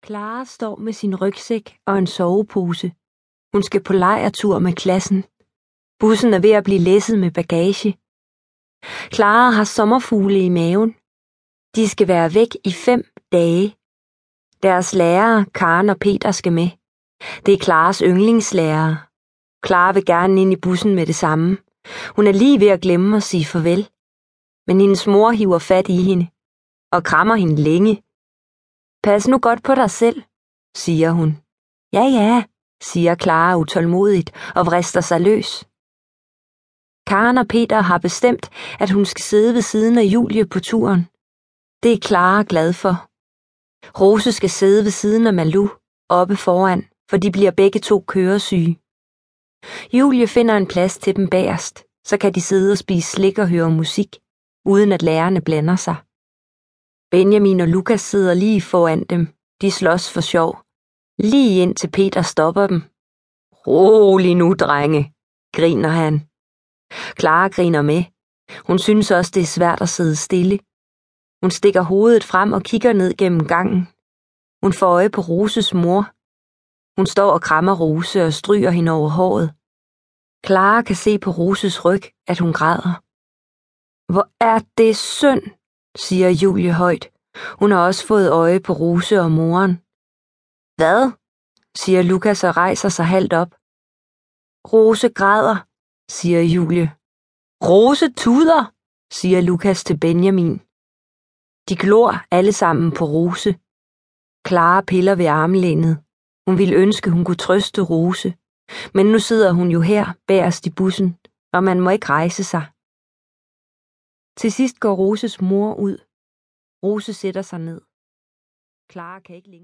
Clara står med sin rygsæk og en sovepose. Hun skal på lejrtur med klassen. Bussen er ved at blive læsset med bagage. Clara har sommerfugle i maven. De skal være væk i 5 dage. Deres lærere, Karen og Peter, skal med. Det er Claras yndlingslærere. Clara vil gerne ind i bussen med det samme. Hun er lige ved at glemme at sige farvel. Men hendes mor hiver fat i hende og krammer hende længe. Pas nu godt på dig selv, siger hun. Ja, siger Clara utålmodigt og vrister sig løs. Karen og Peter har bestemt, at hun skal sidde ved siden af Julie på turen. Det er Clara glad for. Rose skal sidde ved siden af Malou oppe foran, for de bliver begge to køresyge. Julie finder en plads til dem bagerst, så kan de sidde og spise slik og høre musik, uden at lærerne blander sig. Benjamin og Lukas sidder lige foran dem. De slås for sjov. Lige indtil Peter stopper dem. Rolig nu, drenge, griner han. Clara griner med. Hun synes også, det er svært at sidde stille. Hun stikker hovedet frem og kigger ned gennem gangen. Hun får øje på Roses mor. Hun står og krammer Rose og stryger hende over håret. Clara kan se på Roses ryg, at hun græder. Hvor er det synd, siger Julie højt. Hun har også fået øje på Rose og moren. Hvad? Siger Lukas og rejser sig halvt op. Rose græder, siger Julie. Rose tuder, siger Lukas til Benjamin. De glor alle sammen på Rose. Clara piller ved armlænet. Hun ville ønske, hun kunne trøste Rose. Men nu sidder hun jo her bagerst i bussen, og man må ikke rejse sig. Til sidst går Roses mor ud. Rose sætter sig ned. Clara kan ikke længere